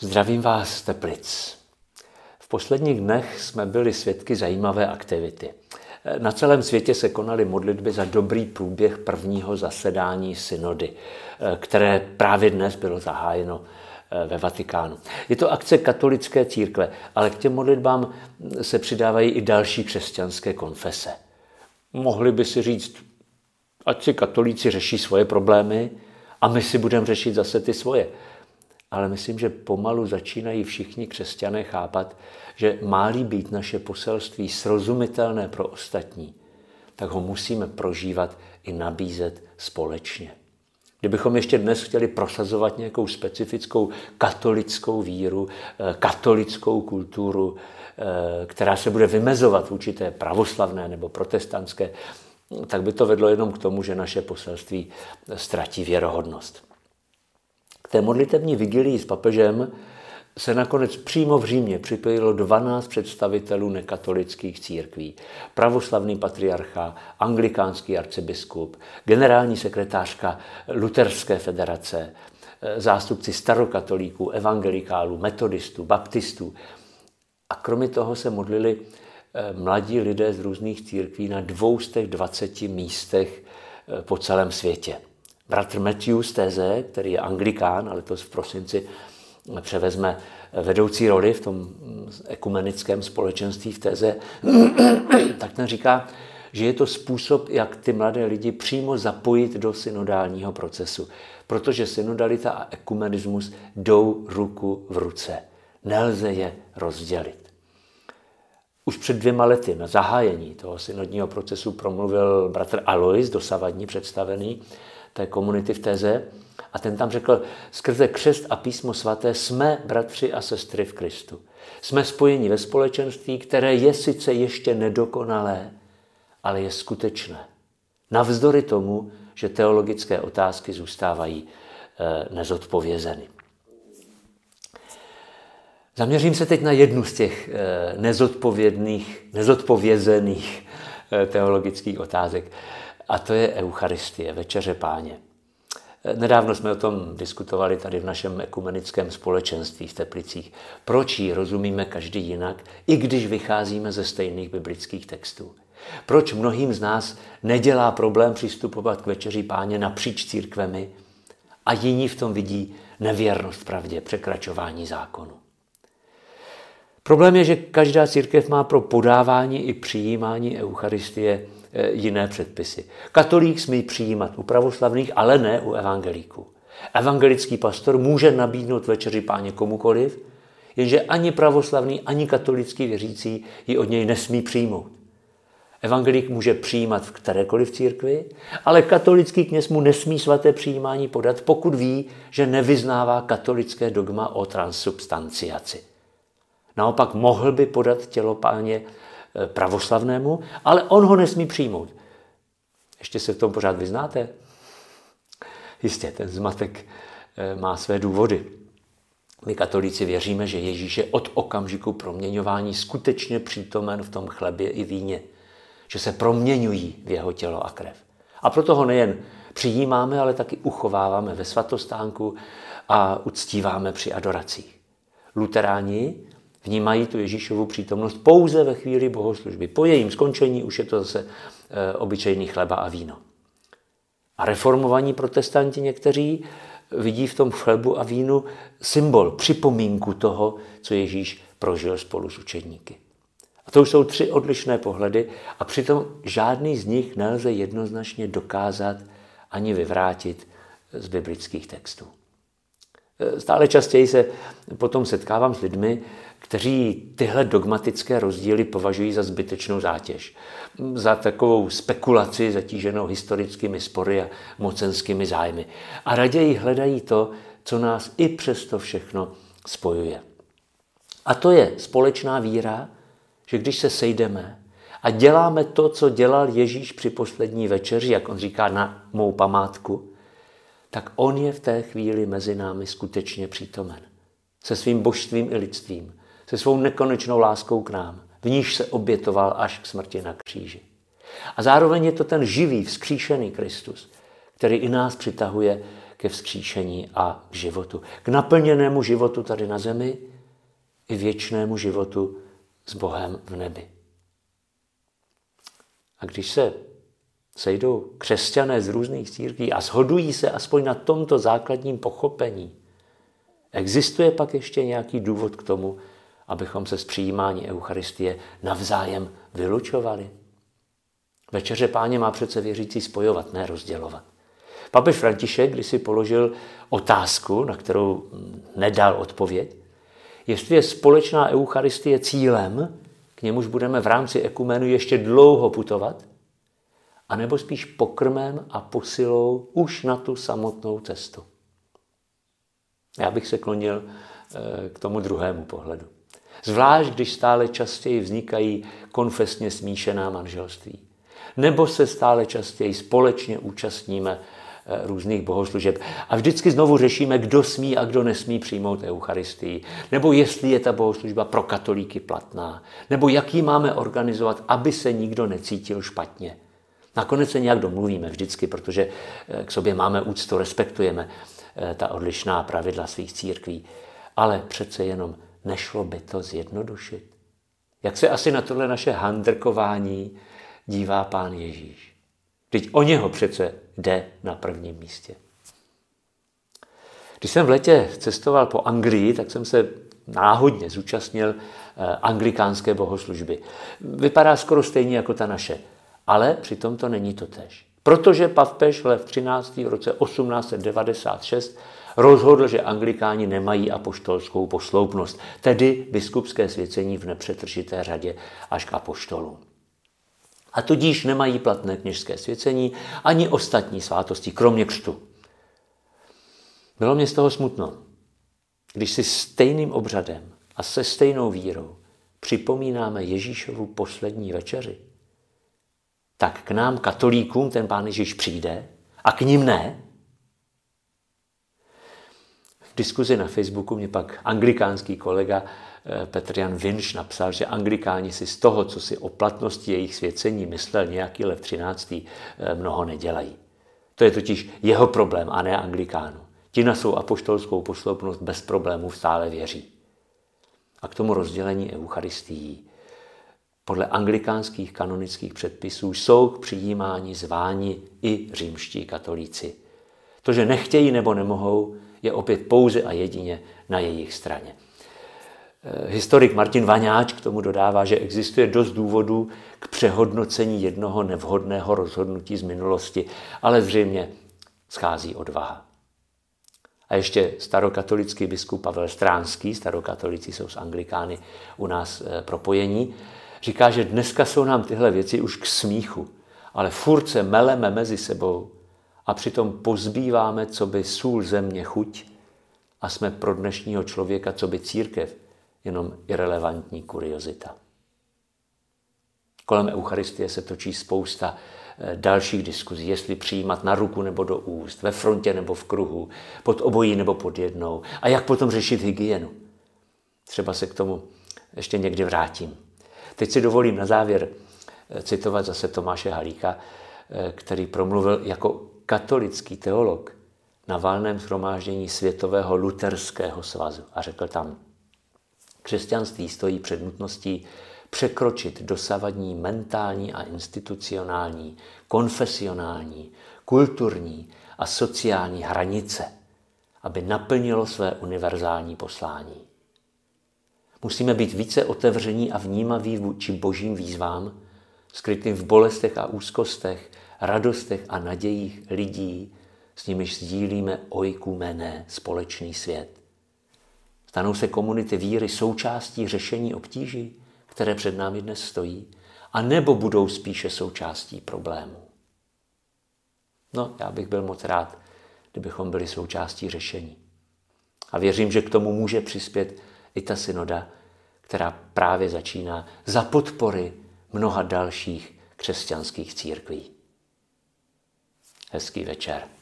Zdravím vás z Teplic. V posledních dnech jsme byli svědky zajímavé aktivity. Na celém světě se konaly modlitby za dobrý průběh prvního zasedání synody, které právě dnes bylo zahájeno ve Vatikánu. Je to akce katolické církve, ale k těm modlitbám se přidávají i další křesťanské konfese. Mohli by si říct, ať si katolíci řeší svoje problémy a my si budeme řešit zase ty svoje. Ale myslím, že pomalu začínají všichni křesťané chápat, že má-li být naše poselství srozumitelné pro ostatní, tak ho musíme prožívat i nabízet společně. Kdybychom ještě dnes chtěli prosazovat nějakou specifickou katolickou víru, katolickou kulturu, která se bude vymezovat v určité pravoslavné nebo protestantské, tak by to vedlo jenom k tomu, že naše poselství ztratí věrohodnost. K té modlitební vigilii s papežem se nakonec přímo v Římě připojilo 12 představitelů nekatolických církví. Pravoslavný patriarcha, anglikánský arcibiskup, generální sekretářka Luterské federace, zástupci starokatolíků, evangelikálů, metodistů, baptistů. A kromě toho se modlili mladí lidé z různých církví na 220 místech po celém světě. Bratr Matthew z Téze, který je anglikán a letos v prosinci převezme vedoucí roli v tom ekumenickém společenství v Téze, tak ten říká, že je to způsob, jak ty mladé lidi přímo zapojit do synodálního procesu. Protože synodalita a ekumenismus jdou ruku v ruce. Nelze je rozdělit. Už před 2 lety na zahájení toho synodního procesu promluvil bratr Alois, dosavadní představený té komunity v Téze, a ten tam řekl, skrze křest a písmo svaté jsme bratři a sestry v Kristu. Jsme spojeni ve společenství, které je sice ještě nedokonalé, ale je skutečné. Navzdory tomu, že teologické otázky zůstávají nezodpovězeny. Zaměřím se teď na jednu z těch nezodpovězených teologických otázek, a to je Eucharistie, Večeře Páně. Nedávno jsme o tom diskutovali tady v našem ekumenickém společenství v Teplicích. Proč ji rozumíme každý jinak, i když vycházíme ze stejných biblických textů? Proč mnohým z nás nedělá problém přistupovat k Večeři Páně napříč církvemi a jiní v tom vidí nevěrnost pravdě, překračování zákonu? Problém je, že každá církev má pro podávání i přijímání Eucharistie jiné předpisy. Katolík smí přijímat u pravoslavných, ale ne u evangelíků. Evangelický pastor může nabídnout Večeři Páně komukoliv, jenže ani pravoslavný, ani katolický věřící ji od něj nesmí přijmout. Evangelík může přijímat v kterékoliv církvi, ale katolický kněz mu nesmí svaté přijímání podat, pokud ví, že nevyznává katolické dogma o transsubstanciaci. Naopak mohl by podat tělo Páně pravoslavnému, ale on ho nesmí přijmout. Ještě se v tom pořád vyznáte? Jistě, ten zmatek má své důvody. My katolíci věříme, že Ježíš je od okamžiku proměňování skutečně přítomen v tom chlebě i víně. Že se proměňují v jeho tělo a krev. A proto ho nejen přijímáme, ale taky uchováváme ve svatostánku a uctíváme při adoracích. Luteráni vnímají tu Ježíšovu přítomnost pouze ve chvíli bohoslužby. Po jejím skončení už je to zase obyčejný chleba a víno. A reformovaní protestanti někteří vidí v tom chlebu a vínu symbol, připomínku toho, co Ježíš prožil spolu s učedníky. A to už jsou 3 odlišné pohledy a přitom žádný z nich nelze jednoznačně dokázat ani vyvrátit z biblických textů. Stále častěji se potom setkávám s lidmi, kteří tyhle dogmatické rozdíly považují za zbytečnou zátěž. Za takovou spekulaci zatíženou historickými spory a mocenskými zájmy. A raději hledají to, co nás i přesto všechno spojuje. A to je společná víra, že když se sejdeme a děláme to, co dělal Ježíš při poslední večeři, jak on říká, na mou památku, tak on je v té chvíli mezi námi skutečně přítomen. Se svým božstvím i lidstvím, se svou nekonečnou láskou k nám, v níž se obětoval až k smrti na kříži. A zároveň je to ten živý, vzkříšený Kristus, který i nás přitahuje ke vzkříšení a k životu. K naplněnému životu tady na zemi i věčnému životu s Bohem v nebi. A když se sejdou křesťané z různých církví a shodují se aspoň na tomto základním pochopení, existuje pak ještě nějaký důvod k tomu, abychom se z přijímání Eucharistie navzájem vylučovali? Večeře Páně má přece věřící spojovat, ne rozdělovat. Papež František když si položil otázku, na kterou nedal odpověď, jestli je společná Eucharistie cílem, k němuž budeme v rámci ekumenu ještě dlouho putovat, anebo spíš pokrmem a posilou už na tu samotnou cestu. Já bych se klonil k tomu druhému pohledu. Zvlášť, když stále častěji vznikají konfesně smíšená manželství. Nebo se stále častěji společně účastníme různých bohoslužeb. A vždycky znovu řešíme, kdo smí a kdo nesmí přijmout Eucharistii. Nebo jestli je ta bohoslužba pro katolíky platná. Nebo jak ji máme organizovat, aby se nikdo necítil špatně. Nakonec se nějak domluvíme vždycky, protože k sobě máme úctu, respektujeme ta odlišná pravidla svých církví. Ale přece jenom nešlo by to zjednodušit. Jak se asi na tohle naše handrkování dívá Pán Ježíš? Vždyť o něho přece jde na prvním místě. Když jsem v létě cestoval po Anglii, tak jsem se náhodně zúčastnil anglikánské bohoslužby. Vypadá skoro stejně jako ta naše, ale přitom to není totéž. Protože papež Lev XIII. V roce 1896 rozhodl, že anglikáni nemají apoštolskou posloupnost, tedy biskupské svěcení v nepřetržité řadě až k apoštolům. A tudíž nemají platné kněžské svěcení ani ostatní svátosti, kromě křtu. Bylo mě z toho smutno, když si stejným obřadem a se stejnou vírou připomínáme Ježíšovu poslední večeři, tak k nám, katolíkům, ten Pán Ježíš přijde a k nim ne. V diskuzi na Facebooku mě pak anglikánský kolega Petr Jan Vinš napsal, že anglikáni si z toho, co si o platnosti jejich svěcení myslel nějaký Lev XIII., mnoho nedělají. To je totiž jeho problém a ne anglikánů. Ti na svou apoštolskou posloupnost bez problémů stále věří. A k tomu rozdělení Eucharistií. Podle anglikánských kanonických předpisů jsou k přijímání zváni i římští katolíci. To, že nechtějí nebo nemohou, je opět pouze a jedině na jejich straně. Historik Martin Vaňáč k tomu dodává, že existuje dost důvodů k přehodnocení jednoho nevhodného rozhodnutí z minulosti, ale zřejmě schází odvaha. A ještě starokatolický biskup Pavel Stránský, starokatolici jsou s anglikány u nás propojení, říká, že dneska jsou nám tyhle věci už k smíchu, ale furt se meleme mezi sebou a přitom pozbýváme, co by sůl země chuť a jsme pro dnešního člověka, co by církev, jenom irelevantní kuriozita. Kolem Eucharistie se točí spousta dalších diskuzí, jestli přijímat na ruku nebo do úst, ve frontě nebo v kruhu, pod obojí nebo pod jednou a jak potom řešit hygienu. Třeba se k tomu ještě někdy vrátím. Teď si dovolím na závěr citovat zase Tomáše Halíka, který promluvil jako katolický teolog na valném shromáždění Světového luterského svazu a řekl tam: křesťanství stojí před nutností překročit dosavadní mentální a institucionální, konfesionální, kulturní a sociální hranice, aby naplnilo své univerzální poslání. Musíme být více otevření a vnímaví vůči božím výzvám, skrytým v bolestech a úzkostech, radostech a nadějích lidí, s nimiž sdílíme oikumené společný svět. Stanou se komunity víry součástí řešení obtíží, které před námi dnes stojí, a nebo budou spíše součástí problémů? No, já bych byl moc rád, kdybychom byli součástí řešení. A věřím, že k tomu může přispět i ta synoda, která právě začíná za podpory mnoha dalších křesťanských církví. Hezký večer.